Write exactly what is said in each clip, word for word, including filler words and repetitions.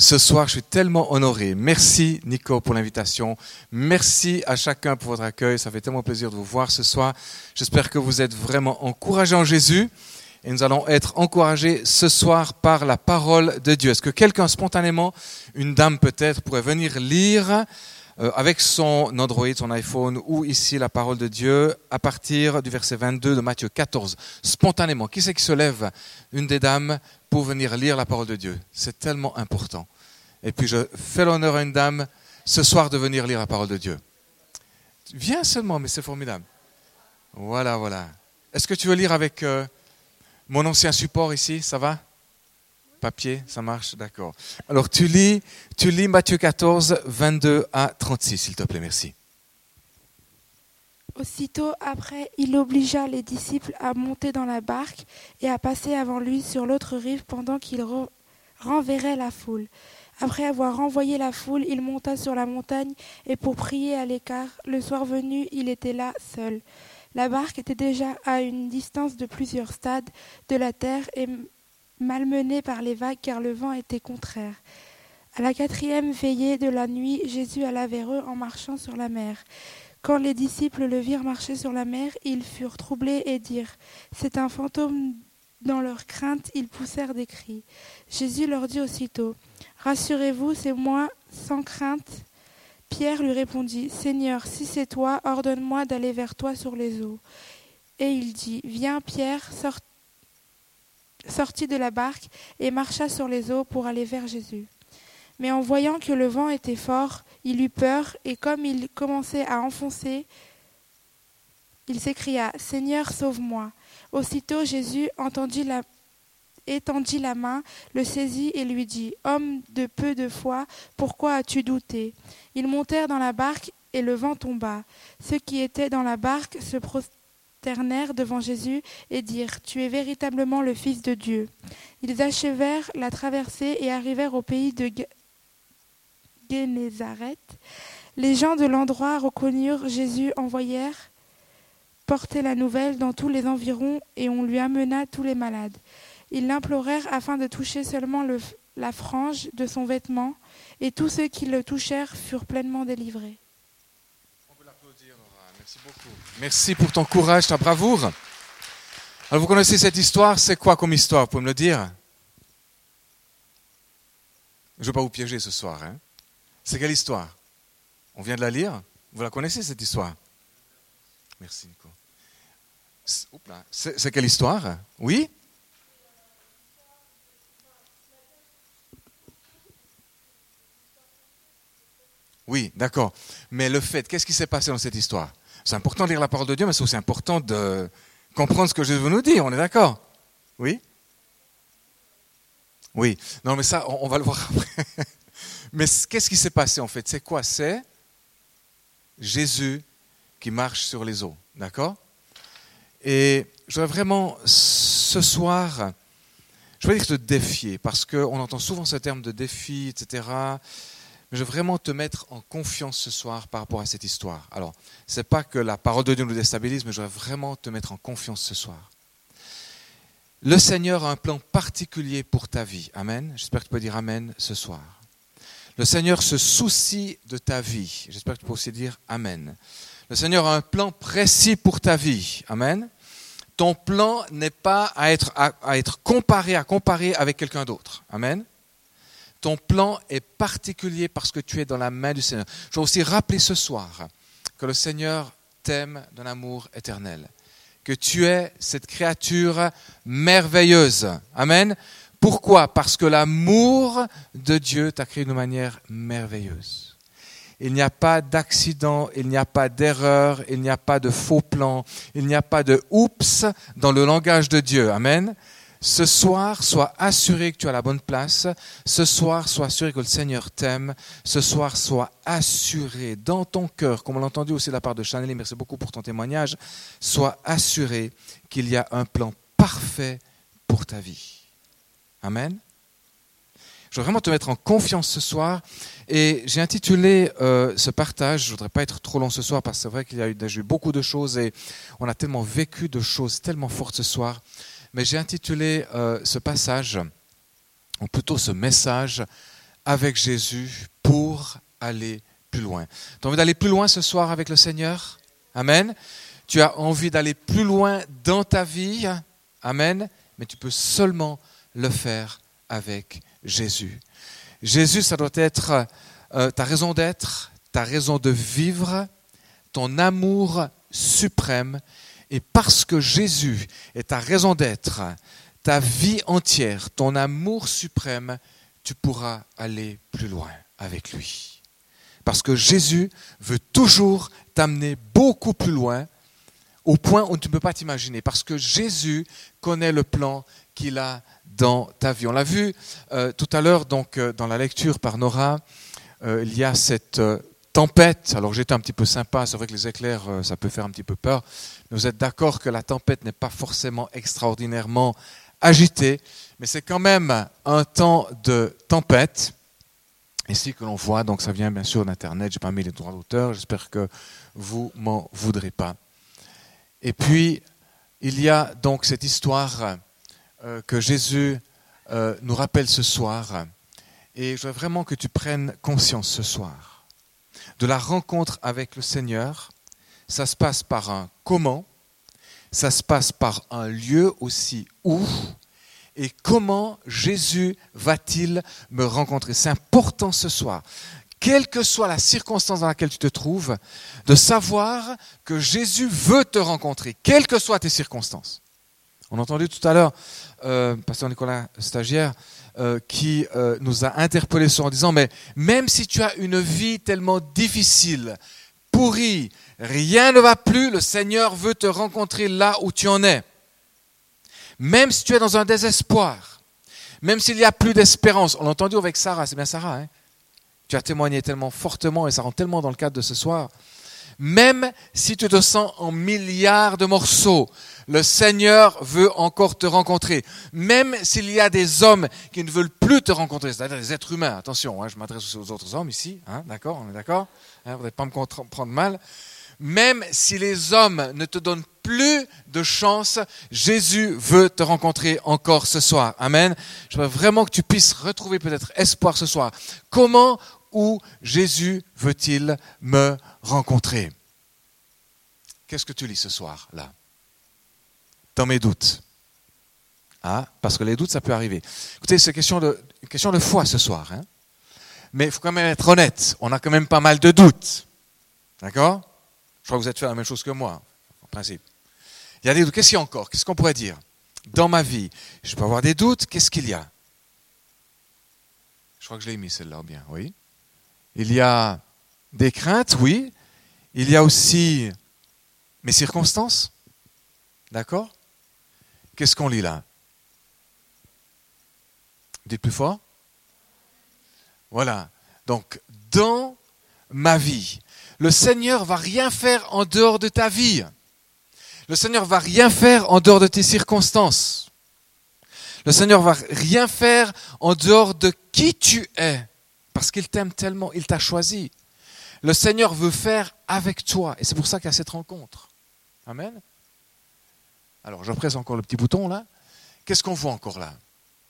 ce soir. Je suis tellement honoré. Merci Nico pour l'invitation. Merci à chacun pour votre accueil. Ça fait tellement plaisir de vous voir ce soir. J'espère que vous êtes vraiment encouragés en Jésus. Et nous allons être encouragés ce soir par la parole de Dieu. Est-ce que quelqu'un spontanément, une dame peut-être, pourrait venir lire euh, avec son Android, son iPhone ou ici la parole de Dieu à partir du verset vingt-deux de Matthieu quatorze. Spontanément, qui c'est qui se lève, une des dames, pour venir lire la parole de Dieu? C'est tellement important. Et puis je fais l'honneur à une dame ce soir de venir lire la parole de Dieu. Viens seulement, mais c'est formidable. Voilà, voilà. Est-ce que tu veux lire avec... Euh, Mon ancien support ici, ça va? Papier, ça marche? D'accord. Alors tu lis, tu lis Matthieu quatorze, vingt-deux à trente-six, s'il te plaît, merci. Aussitôt après, il obligea les disciples à monter dans la barque et à passer avant lui sur l'autre rive pendant qu'il re- renverrait la foule. Après avoir renvoyé la foule, il monta sur la montagne et pour prier à l'écart, le soir venu, il était là seul. La barque était déjà à une distance de plusieurs stades de la terre et malmenée par les vagues car le vent était contraire. À la quatrième veillée de la nuit, Jésus alla vers eux en marchant sur la mer. Quand les disciples le virent marcher sur la mer, ils furent troublés et dirent « C'est un fantôme !» Dans leur crainte, ils poussèrent des cris. Jésus leur dit aussitôt « Rassurez-vous, c'est moi, sans crainte !» Pierre lui répondit, « Seigneur, si c'est toi, ordonne-moi d'aller vers toi sur les eaux. » Et il dit, « Viens, Pierre, sort... sortit de la barque et marcha sur les eaux pour aller vers Jésus. Mais en voyant que le vent était fort, il eut peur, et comme il commençait à enfoncer, il s'écria, « Seigneur, sauve-moi !» Aussitôt Jésus entendit la... étendit la main, le saisit et lui dit, « Homme de peu de foi, pourquoi as-tu douté ?» Ils montèrent dans la barque et le vent tomba. Ceux qui étaient dans la barque se prosternèrent devant Jésus et dirent, « Tu es véritablement le Fils de Dieu. » Ils achevèrent la traversée et arrivèrent au pays de Génézareth. Les gens de l'endroit reconnurent Jésus, envoyèrent porter la nouvelle dans tous les environs et on lui amena tous les malades. Ils l'implorèrent afin de toucher seulement le, la frange de son vêtement, et tous ceux qui le touchèrent furent pleinement délivrés. On peut l'applaudir, Laura. Merci beaucoup. Merci pour ton courage, ta bravoure. Alors vous connaissez cette histoire, c'est quoi comme histoire? Vous pouvez me le dire? Je ne veux pas vous piéger ce soir. Hein? C'est quelle histoire? On vient de la lire? Vous la connaissez cette histoire? Merci Nico. C'est, c'est quelle histoire? Oui? Oui, d'accord. Mais le fait, qu'est-ce qui s'est passé dans cette histoire? C'est important de lire la parole de Dieu, mais c'est aussi important de comprendre ce que Jésus veut nous dire. On est d'accord? Oui? Oui. Non, mais ça, on, on va le voir après. Mais qu'est-ce qui s'est passé en fait? C'est quoi? C'est Jésus qui marche sur les eaux. D'accord? Et je voudrais vraiment, ce soir, je vais dire te défier, parce qu'on entend souvent ce terme de défi, et cetera. Mais je veux vraiment te mettre en confiance ce soir par rapport à cette histoire. Alors, ce n'est pas que la parole de Dieu nous déstabilise, mais je veux vraiment te mettre en confiance ce soir. Le Seigneur a un plan particulier pour ta vie. Amen. J'espère que tu peux dire Amen ce soir. Le Seigneur se soucie de ta vie. J'espère que tu peux aussi dire Amen. Le Seigneur a un plan précis pour ta vie. Amen. Ton plan n'est pas à être, à, à être comparé, à comparer avec quelqu'un d'autre. Amen. Ton plan est particulier parce que tu es dans la main du Seigneur. Je veux aussi rappeler ce soir que le Seigneur t'aime d'un amour éternel. Que tu es cette créature merveilleuse. Amen. Pourquoi? Parce que l'amour de Dieu t'a créé d'une manière merveilleuse. Il n'y a pas d'accident, il n'y a pas d'erreur, il n'y a pas de faux plan, il n'y a pas de oups dans le langage de Dieu. Amen. Ce soir, sois assuré que tu es à la bonne place. Ce soir, sois assuré que le Seigneur t'aime. Ce soir, sois assuré dans ton cœur, comme on l'a entendu aussi de la part de Chanel, merci beaucoup pour ton témoignage, sois assuré qu'il y a un plan parfait pour ta vie. Amen. Je veux vraiment te mettre en confiance ce soir et j'ai intitulé euh, ce partage, je ne voudrais pas être trop long ce soir parce que c'est vrai qu'il y a eu, j'ai eu beaucoup de choses et on a tellement vécu de choses tellement fortes ce soir. Mais j'ai intitulé euh, ce passage, ou plutôt ce message, avec Jésus pour aller plus loin. Tu as envie d'aller plus loin ce soir avec le Seigneur? Amen. Tu as envie d'aller plus loin dans ta vie? Amen. Mais tu peux seulement le faire avec Jésus. Jésus, ça doit être euh, ta raison d'être, ta raison de vivre, ton amour suprême. Et parce que Jésus est ta raison d'être, ta vie entière, ton amour suprême, tu pourras aller plus loin avec lui. Parce que Jésus veut toujours t'amener beaucoup plus loin, au point où tu ne peux pas t'imaginer. Parce que Jésus connaît le plan qu'il a dans ta vie. On l'a vu euh, tout à l'heure donc, euh, dans la lecture par Nora, euh, il y a cette euh, tempête. Alors j'étais un petit peu sympa, c'est vrai que les éclairs, euh, ça peut faire un petit peu peur. Mais vous êtes d'accord que la tempête n'est pas forcément extraordinairement agitée, mais c'est quand même un temps de tempête. Ici que l'on voit, donc ça vient bien sûr d'Internet, je n'ai pas mis les droits d'auteur, j'espère que vous m'en voudrez pas. Et puis, il y a donc cette histoire euh, que Jésus euh, nous rappelle ce soir. Et je veux vraiment que tu prennes conscience ce soir de la rencontre avec le Seigneur. Ça se passe par un comment, ça se passe par un lieu aussi où, et comment Jésus va-t-il me rencontrer? C'est important ce soir, quelle que soit la circonstance dans laquelle tu te trouves, de savoir que Jésus veut te rencontrer, quelles que soient tes circonstances. On a entendu tout à l'heure euh, pasteur Nicolas Stagiaire euh, qui euh, nous a interpellés en disant, mais même si tu as une vie tellement difficile, pourrie, rien ne va plus, le Seigneur veut te rencontrer là où tu en es. Même si tu es dans un désespoir, même s'il n'y a plus d'espérance. On l'a entendu avec Sarah, c'est bien Sarah, hein? Tu as témoigné tellement fortement et ça rentre tellement dans le cadre de ce soir. Même si tu te sens en milliards de morceaux, le Seigneur veut encore te rencontrer. Même s'il y a des hommes qui ne veulent plus te rencontrer, c'est-à-dire des êtres humains, attention, hein, je m'adresse aussi aux autres hommes ici, hein, d'accord, on est d'accord, hein, vous n'allez pas me prendre mal. Même si les hommes ne te donnent plus de chance, Jésus veut te rencontrer encore ce soir. Amen. Je veux vraiment que tu puisses retrouver peut-être espoir ce soir. Comment, où Jésus veut-il me rencontrer? Qu'est-ce que tu lis ce soir, là? Dans mes doutes. Ah, parce que les doutes, ça peut arriver. Écoutez, c'est une question de, une question de foi ce soir. Hein? Mais il faut quand même être honnête. On a quand même pas mal de doutes. D'accord? Je crois que vous êtes fait la même chose que moi, en principe. Il y a des doutes. Qu'est-ce qu'il y a encore? Qu'est-ce qu'on pourrait dire? Dans ma vie, je peux avoir des doutes. Qu'est-ce qu'il y a? Je crois que je l'ai mis celle-là bien, oui. Il y a des craintes, oui. Il y a aussi mes circonstances. D'accord? Qu'est-ce qu'on lit là? Dites plus fort. Voilà. Donc, dans ma vie, le Seigneur ne va rien faire en dehors de ta vie. Le Seigneur ne va rien faire en dehors de tes circonstances. Le Seigneur ne va rien faire en dehors de qui tu es. Parce qu'il t'aime tellement, il t'a choisi. Le Seigneur veut faire avec toi. Et c'est pour ça qu'il y a cette rencontre. Amen. Alors, je presse encore le petit bouton là. Qu'est-ce qu'on voit encore là?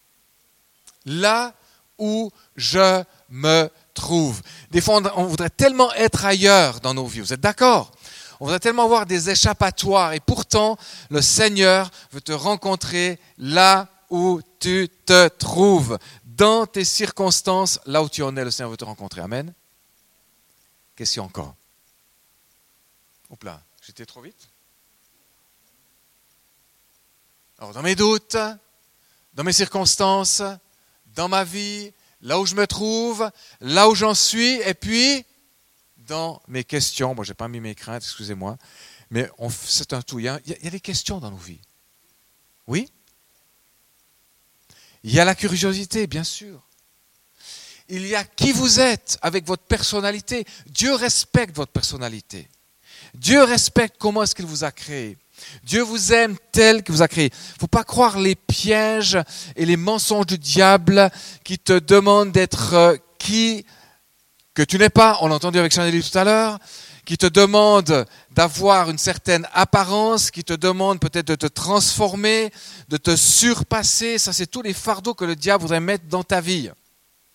Là où je me trouve. Des fois, on voudrait tellement être ailleurs dans nos vies. Vous êtes d'accord? On voudrait tellement avoir des échappatoires. Et pourtant, le Seigneur veut te rencontrer là où tu te trouves. Dans tes circonstances, là où tu en es, le Seigneur veut te rencontrer. Amen. Qu'est-ce qu'il y a encore? Hop là, j'étais trop vite. Alors, dans mes doutes, dans mes circonstances, dans ma vie, là où je me trouve, là où j'en suis, et puis dans mes questions. Moi, je n'ai pas mis mes craintes, excusez-moi, mais on, c'est un tout. Il y, a, il y a des questions dans nos vies. Oui? Il y a la curiosité, bien sûr. Il y a qui vous êtes avec votre personnalité. Dieu respecte votre personnalité. Dieu respecte comment est-ce qu'il vous a créé. Dieu vous aime tel qu'il vous a créé. Il ne faut pas croire les pièges et les mensonges du diable qui te demandent d'être qui que tu n'es pas. On l'a entendu avec Chanel tout à l'heure. Qui te demandent d'avoir une certaine apparence, qui te demandent peut-être de te transformer, de te surpasser. Ça, c'est tous les fardeaux que le diable voudrait mettre dans ta vie.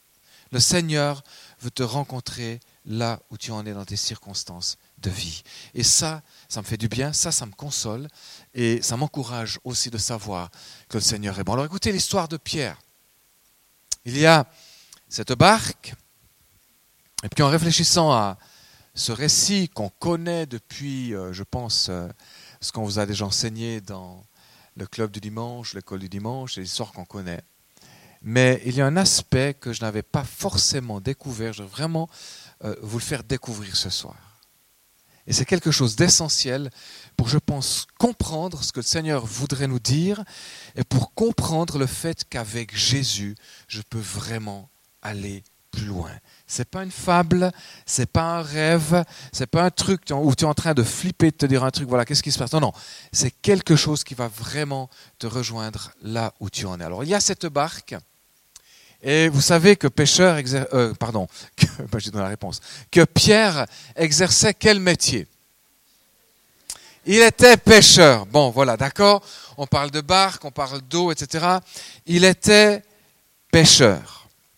Le Seigneur veut te rencontrer là où tu en es dans tes circonstances de vie. Et ça, ça me fait du bien, ça, ça me console et ça m'encourage aussi de savoir que le Seigneur est bon. Alors écoutez l'histoire de Pierre. Il y a cette barque et puis en réfléchissant à ce récit qu'on connaît depuis, euh, je pense, euh, ce qu'on vous a déjà enseigné dans le club du dimanche, l'école du dimanche, c'est l'histoire qu'on connaît. Mais il y a un aspect que je n'avais pas forcément découvert, je veux vraiment euh, vous le faire découvrir ce soir. Et c'est quelque chose d'essentiel pour, je pense, comprendre ce que le Seigneur voudrait nous dire et pour comprendre le fait qu'avec Jésus, je peux vraiment aller plus loin. Ce n'est pas une fable, ce n'est pas un rêve, ce n'est pas un truc où tu es en train de flipper, de te dire un truc, voilà, qu'est-ce qui se passe ? Non, non, c'est quelque chose qui va vraiment te rejoindre là où tu en es. Alors, il y a cette barque, et vous savez que pêcheur, exer... euh, pardon, que, ben, j'ai donné la réponse, que Pierre exerçait quel métier ? Il était pêcheur. Bon, voilà, d'accord ? On parle de barque, on parle d'eau, et cetera. Il était pêcheur.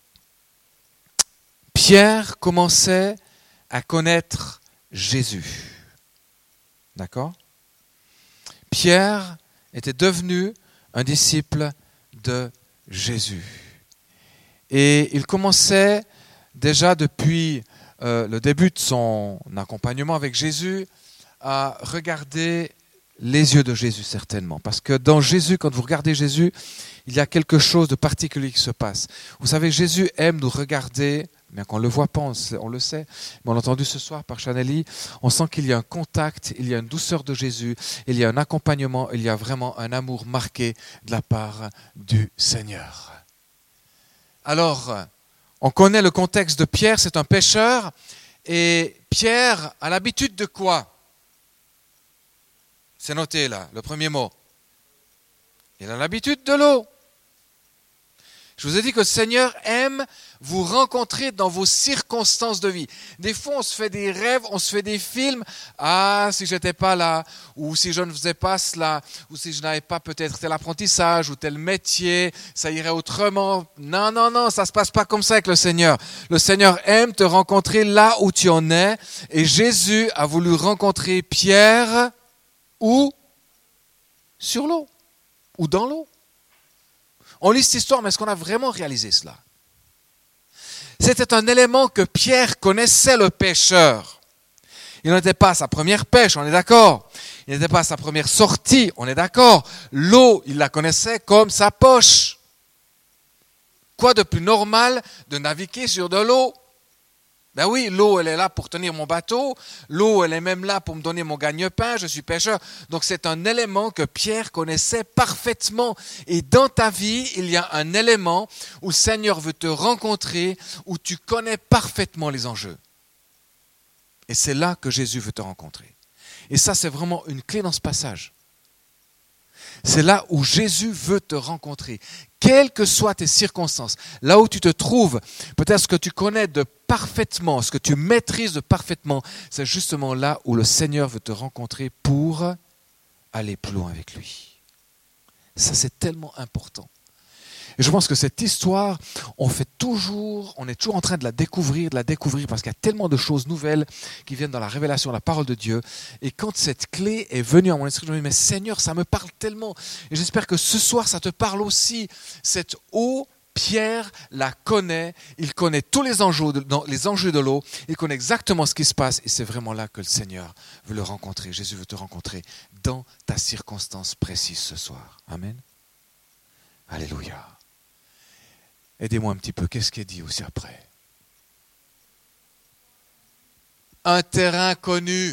Pierre commençait à connaître Jésus. D'accord ? Pierre était devenu un disciple de Jésus. Et il commençait déjà depuis euh, le début de son accompagnement avec Jésus à regarder les yeux de Jésus certainement. Parce que dans Jésus, quand vous regardez Jésus, il y a quelque chose de particulier qui se passe. Vous savez, Jésus aime nous regarder, bien qu'on ne le voit pas, on, sait, on le sait, mais on l'a entendu ce soir par Chanelly, on sent qu'il y a un contact, il y a une douceur de Jésus, il y a un accompagnement, il y a vraiment un amour marqué de la part du Seigneur. Alors, on connaît le contexte de Pierre, c'est un pêcheur, et Pierre a l'habitude de quoi ? C'est noté là, le premier mot. Il a l'habitude de l'eau. Je vous ai dit que le Seigneur aime vous rencontrer dans vos circonstances de vie. Des fois, on se fait des rêves, on se fait des films. Ah, si je n'étais pas là, ou si je ne faisais pas cela, ou si je n'avais pas peut-être tel apprentissage ou tel métier, ça irait autrement. Non, non, non, ça ne se passe pas comme ça avec le Seigneur. Le Seigneur aime te rencontrer là où tu en es. Et Jésus a voulu rencontrer Pierre où ? Sur l'eau, ou dans l'eau. On lit cette histoire, mais est-ce qu'on a vraiment réalisé cela ? C'était un élément que Pierre connaissait, le pêcheur. Il n'était pas à sa première pêche, on est d'accord. Il n'était pas à sa première sortie, on est d'accord. L'eau, il la connaissait comme sa poche. Quoi de plus normal de naviguer sur de l'eau ? Ben oui, l'eau, elle est là pour tenir mon bateau. L'eau, elle est même là pour me donner mon gagne-pain. Je suis pêcheur. Donc, c'est un élément que Pierre connaissait parfaitement. Et dans ta vie, il y a un élément où le Seigneur veut te rencontrer, où tu connais parfaitement les enjeux. Et c'est là que Jésus veut te rencontrer. Et ça, c'est vraiment une clé dans ce passage. C'est là où Jésus veut te rencontrer. Quelles que soient tes circonstances, là où tu te trouves, peut-être ce que tu connais de parfaitement, ce que tu maîtrises de parfaitement, c'est justement là où le Seigneur veut te rencontrer pour aller plus loin avec lui. Ça, c'est tellement important. Et je pense que cette histoire, on fait toujours, on est toujours en train de la découvrir, de la découvrir, parce qu'il y a tellement de choses nouvelles qui viennent dans la révélation, la parole de Dieu. Et quand cette clé est venue à mon esprit, je me dis, mais Seigneur, ça me parle tellement. Et j'espère que ce soir, ça te parle aussi. Cette eau, Pierre la connaît, il connaît tous les enjeux, de, les enjeux de l'eau, il connaît exactement ce qui se passe. Et c'est vraiment là que le Seigneur veut le rencontrer. Jésus veut te rencontrer dans ta circonstance précise ce soir. Amen. Alléluia. Aidez-moi un petit peu, qu'est-ce qui est dit aussi après ? Un terrain connu. Vous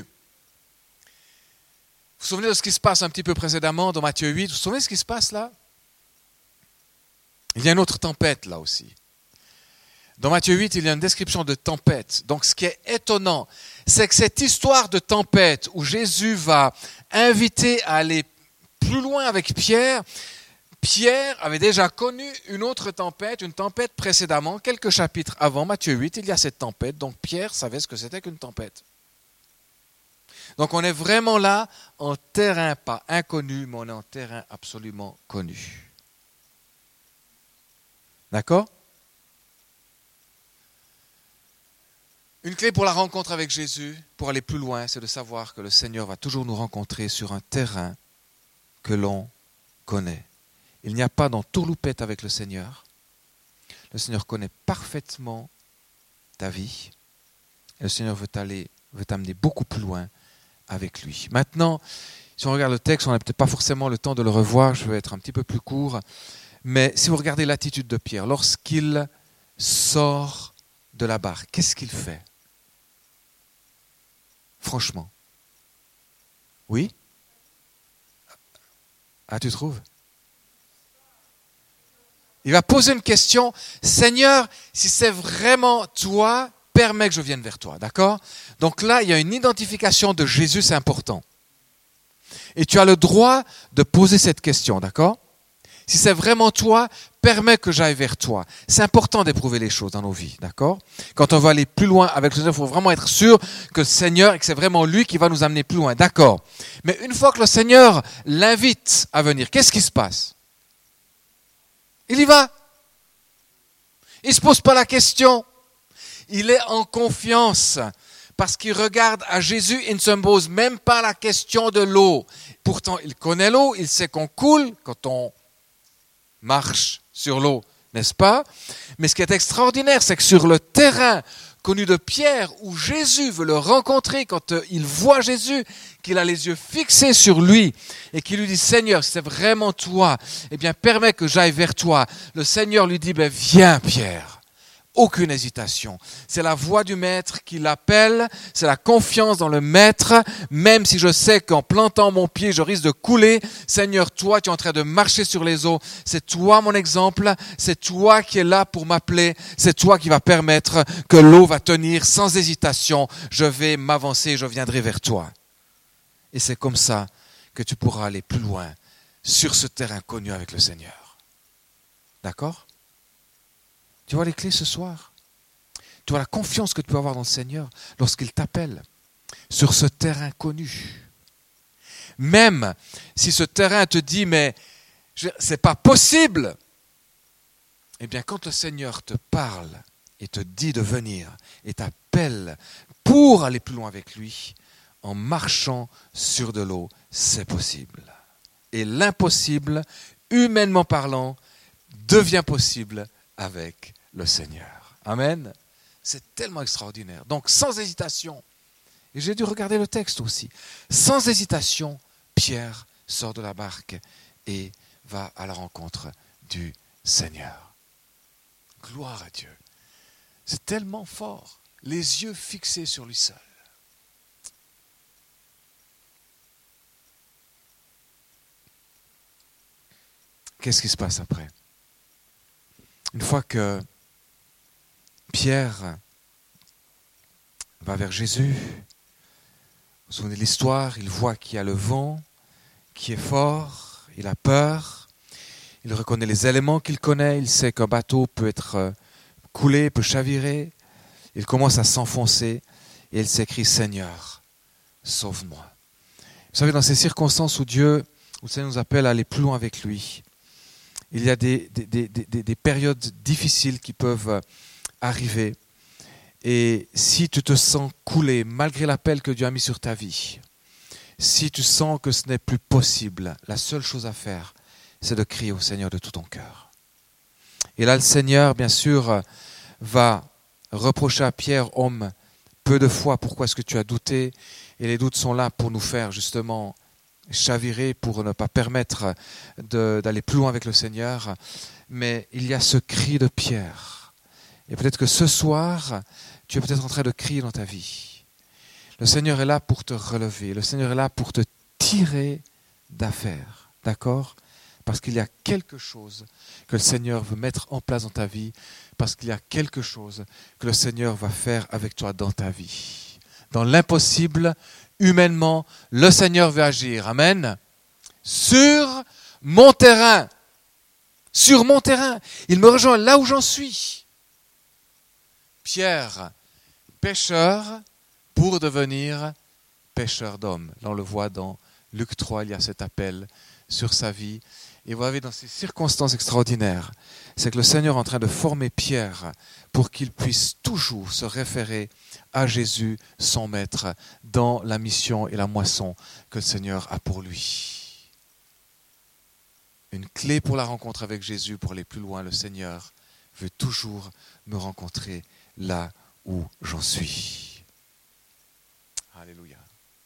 vous souvenez de ce qui se passe un petit peu précédemment dans Matthieu huit ? Vous vous souvenez de ce qui se passe là ? Il y a une autre tempête là aussi. Dans Matthieu huit, il y a une description de tempête. Donc ce qui est étonnant, c'est que cette histoire de tempête où Jésus va inviter à aller plus loin avec Pierre, Pierre avait déjà connu une autre tempête, une tempête précédemment, quelques chapitres avant, Matthieu huit, il y a cette tempête, donc Pierre savait ce que c'était qu'une tempête. Donc on est vraiment là en terrain pas inconnu, mais on est en terrain absolument connu. D'accord ? Une clé pour la rencontre avec Jésus, pour aller plus loin, c'est de savoir que le Seigneur va toujours nous rencontrer sur un terrain que l'on connaît. Il n'y a pas d'entourloupette avec le Seigneur. Le Seigneur connaît parfaitement ta vie. Et le Seigneur veut t'aller, veut t'amener beaucoup plus loin avec lui. Maintenant, si on regarde le texte, on n'a peut-être pas forcément le temps de le revoir, je vais être un petit peu plus court. Mais si vous regardez l'attitude de Pierre, lorsqu'il sort de la barque, qu'est-ce qu'il fait ? Franchement. Oui ? Ah, tu trouves ? Il va poser une question. Seigneur, si c'est vraiment toi, permets que je vienne vers toi. D'accord ? Donc là, il y a une identification de Jésus, c'est important. Et tu as le droit de poser cette question. D'accord ? Si c'est vraiment toi, permets que j'aille vers toi. C'est important d'éprouver les choses dans nos vies, d'accord ? Quand on va aller plus loin avec le Seigneur, il faut vraiment être sûr que le Seigneur, et que c'est vraiment lui qui va nous amener plus loin, d'accord ? Mais une fois que le Seigneur l'invite à venir, qu'est-ce qui se passe ? Il y va. Il ne se pose pas la question. Il est en confiance parce qu'il regarde à Jésus et ne se pose même pas la question de l'eau. Pourtant, il connaît l'eau, il sait qu'on coule quand on marche sur l'eau, n'est-ce pas ? Mais ce qui est extraordinaire, c'est que sur le terrain connu de Pierre, où Jésus veut le rencontrer, quand il voit Jésus, qu'il a les yeux fixés sur lui et qu'il lui dit « Seigneur, si c'est vraiment toi, eh bien permets que j'aille vers toi ». Le Seigneur lui dit ben, « Viens Pierre ». Aucune hésitation. C'est la voix du maître qui l'appelle, c'est la confiance dans le maître, même si je sais qu'en plantant mon pied, je risque de couler. Seigneur, toi, tu es en train de marcher sur les eaux. C'est toi mon exemple, c'est toi qui es là pour m'appeler, c'est toi qui va permettre que l'eau va tenir sans hésitation. Je vais m'avancer, je viendrai vers toi. Et c'est comme ça que tu pourras aller plus loin sur ce terrain connu avec le Seigneur. D'accord ? Tu vois les clés ce soir ? Tu vois la confiance que tu peux avoir dans le Seigneur lorsqu'il t'appelle sur ce terrain connu. Même si ce terrain te dit, mais c'est pas possible. Eh bien, quand le Seigneur te parle et te dit de venir et t'appelle pour aller plus loin avec lui, en marchant sur de l'eau, c'est possible. Et l'impossible, humainement parlant, devient possible avec le Seigneur. Amen. C'est tellement extraordinaire. Donc, sans hésitation, et j'ai dû regarder le texte aussi, sans hésitation, Pierre sort de la barque et va à la rencontre du Seigneur. Gloire à Dieu. C'est tellement fort. Les yeux fixés sur lui seul. Qu'est-ce qui se passe après ? Une fois que Pierre va vers Jésus, vous vous souvenez de l'histoire, il voit qu'il y a le vent qui est fort, il a peur, il reconnaît les éléments qu'il connaît, il sait qu'un bateau peut être coulé, peut chavirer, il commence à s'enfoncer et il s'écrie « Seigneur, sauve-moi ». Vous savez, dans ces circonstances où Dieu, où le Seigneur nous appelle à aller plus loin avec lui, il y a des, des, des, des, des périodes difficiles qui peuvent arriver. Et si tu te sens couler, malgré l'appel que Dieu a mis sur ta vie, si tu sens que ce n'est plus possible, la seule chose à faire, c'est de crier au Seigneur de tout ton cœur. Et là, le Seigneur, bien sûr, va reprocher à Pierre, homme, peu de foi, pourquoi est-ce que tu as douté ? Et les doutes sont là pour nous faire justement chavirer, pour ne pas permettre de, d'aller plus loin avec le Seigneur. Mais il y a ce cri de Pierre. Et peut-être que ce soir, tu es peut-être en train de crier dans ta vie. Le Seigneur est là pour te relever. Le Seigneur est là pour te tirer d'affaire. D'accord ? Parce qu'il y a quelque chose que le Seigneur veut mettre en place dans ta vie. Parce qu'il y a quelque chose que le Seigneur va faire avec toi dans ta vie. Dans l'impossible, humainement, le Seigneur veut agir. Amen. Sur mon terrain. Sur mon terrain. Il me rejoint là où j'en suis. Pierre, pécheur, pour devenir pêcheur d'hommes. Là, on le voit dans Luc trois, il y a cet appel sur sa vie. Et vous avez dans ces circonstances extraordinaires, c'est que le Seigneur est en train de former Pierre pour qu'il puisse toujours se référer à Jésus, son maître, dans la mission et la moisson que le Seigneur a pour lui. Une clé pour la rencontre avec Jésus, pour aller plus loin, le Seigneur veut toujours me rencontrer là où j'en suis. Alléluia.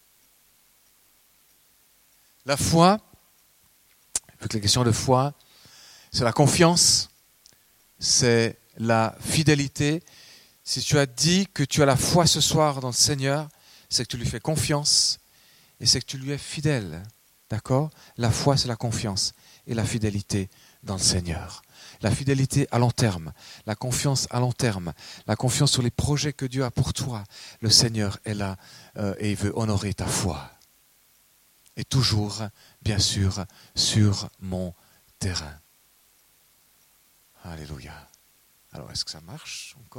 La foi, vu que la question de foi, c'est la confiance, c'est la fidélité. Si tu as dit que tu as la foi ce soir dans le Seigneur, c'est que tu lui fais confiance et c'est que tu lui es fidèle. D'accord ? La foi, c'est la confiance et la fidélité dans le Seigneur. La fidélité à long terme, la confiance à long terme, la confiance sur les projets que Dieu a pour toi. Le Seigneur est là euh, et il veut honorer ta foi. Et toujours, bien sûr, sur mon terrain. Alléluia. Alors, est-ce que ça marche encore ?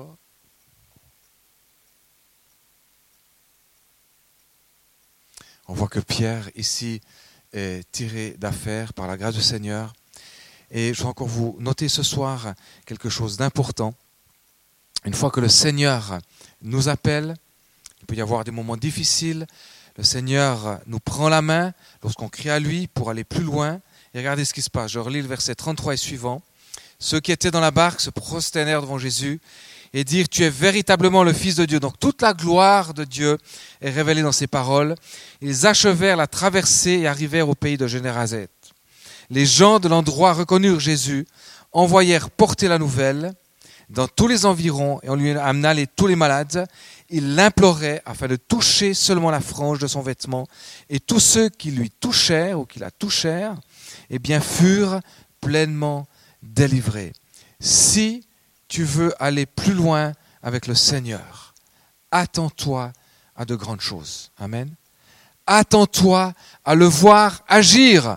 On voit que Pierre, ici, est tiré d'affaire par la grâce du Seigneur. Et je veux encore vous noter ce soir quelque chose d'important. Une fois que le Seigneur nous appelle, il peut y avoir des moments difficiles. Le Seigneur nous prend la main lorsqu'on crie à lui pour aller plus loin. Et regardez ce qui se passe. Je relis le verset trente-trois et suivant. Ceux qui étaient dans la barque se prosternèrent devant Jésus et dirent « Tu es véritablement le Fils de Dieu ». Donc toute la gloire de Dieu est révélée dans ces paroles. Ils achevèrent la traversée et arrivèrent au pays de Génésaret. Les gens de l'endroit reconnurent Jésus, envoyèrent porter la nouvelle dans tous les environs et on lui amena les, tous les malades. Ils l'imploraient afin de toucher seulement la frange de son vêtement. Et tous ceux qui lui touchèrent ou qui la touchèrent, eh bien, furent pleinement délivrés. Si tu veux aller plus loin avec le Seigneur, attends-toi à de grandes choses. Amen. Attends-toi à le voir agir.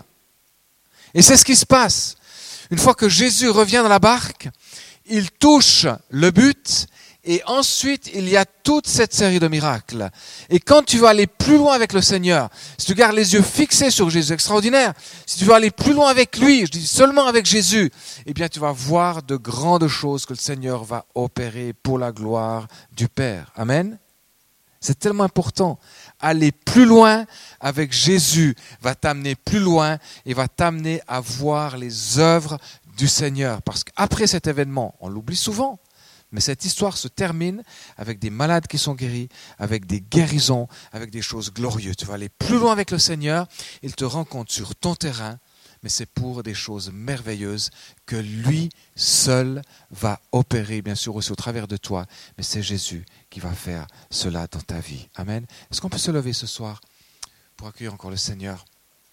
Et c'est ce qui se passe. Une fois que Jésus revient dans la barque, il touche le but et ensuite il y a toute cette série de miracles. Et quand tu veux aller plus loin avec le Seigneur, si tu gardes les yeux fixés sur Jésus, extraordinaire, si tu veux aller plus loin avec lui, je dis seulement avec Jésus, eh bien tu vas voir de grandes choses que le Seigneur va opérer pour la gloire du Père. Amen. C'est tellement important. Aller plus loin avec Jésus va t'amener plus loin et va t'amener à voir les œuvres du Seigneur. Parce qu'après cet événement, on l'oublie souvent, mais cette histoire se termine avec des malades qui sont guéris, avec des guérisons, avec des choses glorieuses. Tu vas aller plus loin avec le Seigneur, il te rencontre sur ton terrain, mais c'est pour des choses merveilleuses que lui seul va opérer, bien sûr aussi au travers de toi, mais c'est Jésus qui va faire cela dans ta vie. Amen. Est-ce qu'on peut se lever ce soir pour accueillir encore le Seigneur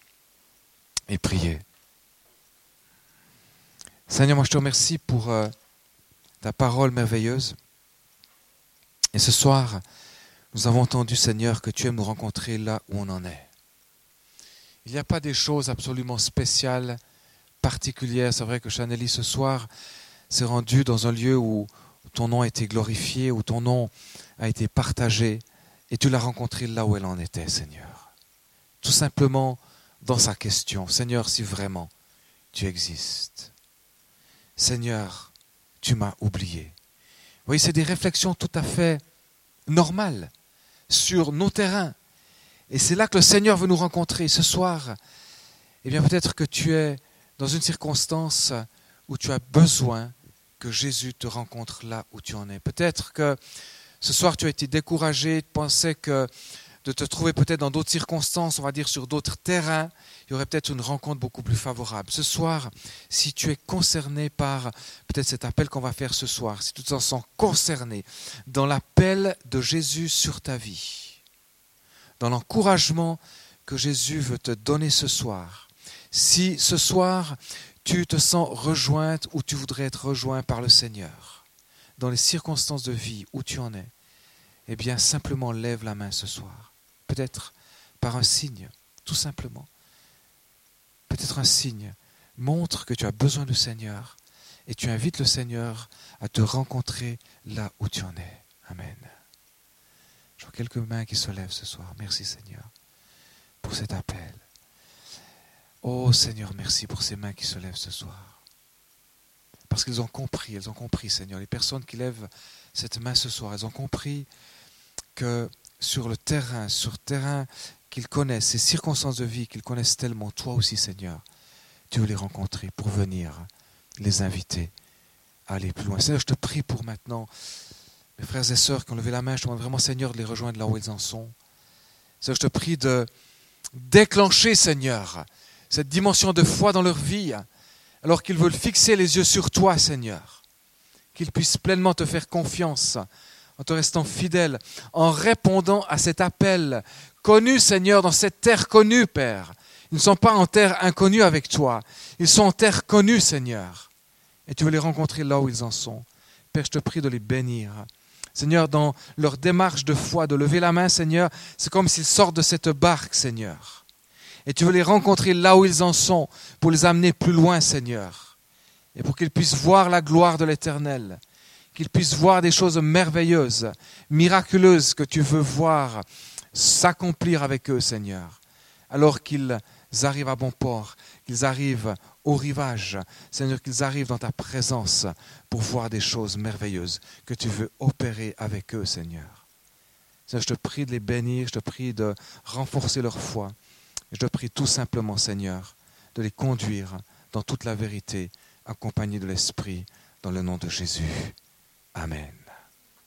et prier? Seigneur, moi je te remercie pour euh, ta parole merveilleuse. Et ce soir, nous avons entendu, Seigneur, que tu aimes nous rencontrer là où on en est. Il n'y a pas des choses absolument spéciales, particulières. C'est vrai que Chanelly, ce soir, s'est rendue dans un lieu où ton nom a été glorifié, où ton nom a été partagé, et tu l'as rencontrée là où elle en était, Seigneur. Tout simplement dans sa question. Seigneur, si vraiment tu existes. Seigneur, tu m'as oublié. Vous voyez, c'est des réflexions tout à fait normales sur nos terrains. Et c'est là que le Seigneur veut nous rencontrer. Ce soir, eh bien peut-être que tu es dans une circonstance où tu as besoin que Jésus te rencontre là où tu en es. Peut-être que ce soir tu as été découragé, tu pensais que de te trouver peut-être dans d'autres circonstances, on va dire sur d'autres terrains, il y aurait peut-être une rencontre beaucoup plus favorable. Ce soir, si tu es concerné par peut-être cet appel qu'on va faire ce soir, si tu te sens concerné dans l'appel de Jésus sur ta vie, dans l'encouragement que Jésus veut te donner ce soir. Si ce soir, tu te sens rejointe ou tu voudrais être rejoint par le Seigneur, dans les circonstances de vie où tu en es, eh bien simplement lève la main ce soir. Peut-être par un signe, tout simplement. Peut-être un signe montre que tu as besoin du Seigneur et tu invites le Seigneur à te rencontrer là où tu en es. Amen. Je vois quelques mains qui se lèvent ce soir. Merci Seigneur pour cet appel. Oh Seigneur, merci pour ces mains qui se lèvent ce soir. Parce qu'elles ont compris, elles ont compris, Seigneur. Les personnes qui lèvent cette main ce soir, elles ont compris que sur le terrain, sur le terrain qu'ils connaissent, ces circonstances de vie qu'ils connaissent tellement, toi aussi, Seigneur, tu veux les rencontrer pour venir les inviter à aller plus loin. Seigneur, je te prie pour maintenant mes frères et sœurs qui ont levé la main, je te demande vraiment, Seigneur, de les rejoindre là où ils en sont. Seigneur, je te prie de déclencher, Seigneur, cette dimension de foi dans leur vie, alors qu'ils veulent fixer les yeux sur toi, Seigneur. Qu'ils puissent pleinement te faire confiance, en te restant fidèle, en répondant à cet appel connu, Seigneur, dans cette terre connue, Père. Ils ne sont pas en terre inconnue avec toi, ils sont en terre connue, Seigneur. Et tu veux les rencontrer là où ils en sont. Père, je te prie de les bénir. Seigneur, dans leur démarche de foi, de lever la main, Seigneur, c'est comme s'ils sortent de cette barque, Seigneur. Et tu veux les rencontrer là où ils en sont, pour les amener plus loin, Seigneur. Et pour qu'ils puissent voir la gloire de l'Éternel, qu'ils puissent voir des choses merveilleuses, miraculeuses que tu veux voir s'accomplir avec eux, Seigneur. Alors qu'ils arrivent à bon port, qu'ils arrivent au rivage, Seigneur, qu'ils arrivent dans ta présence pour voir des choses merveilleuses que tu veux opérer avec eux, Seigneur. Seigneur, je te prie de les bénir, je te prie de renforcer leur foi. Je te prie tout simplement, Seigneur, de les conduire dans toute la vérité, accompagnés de l'Esprit, dans le nom de Jésus. Amen.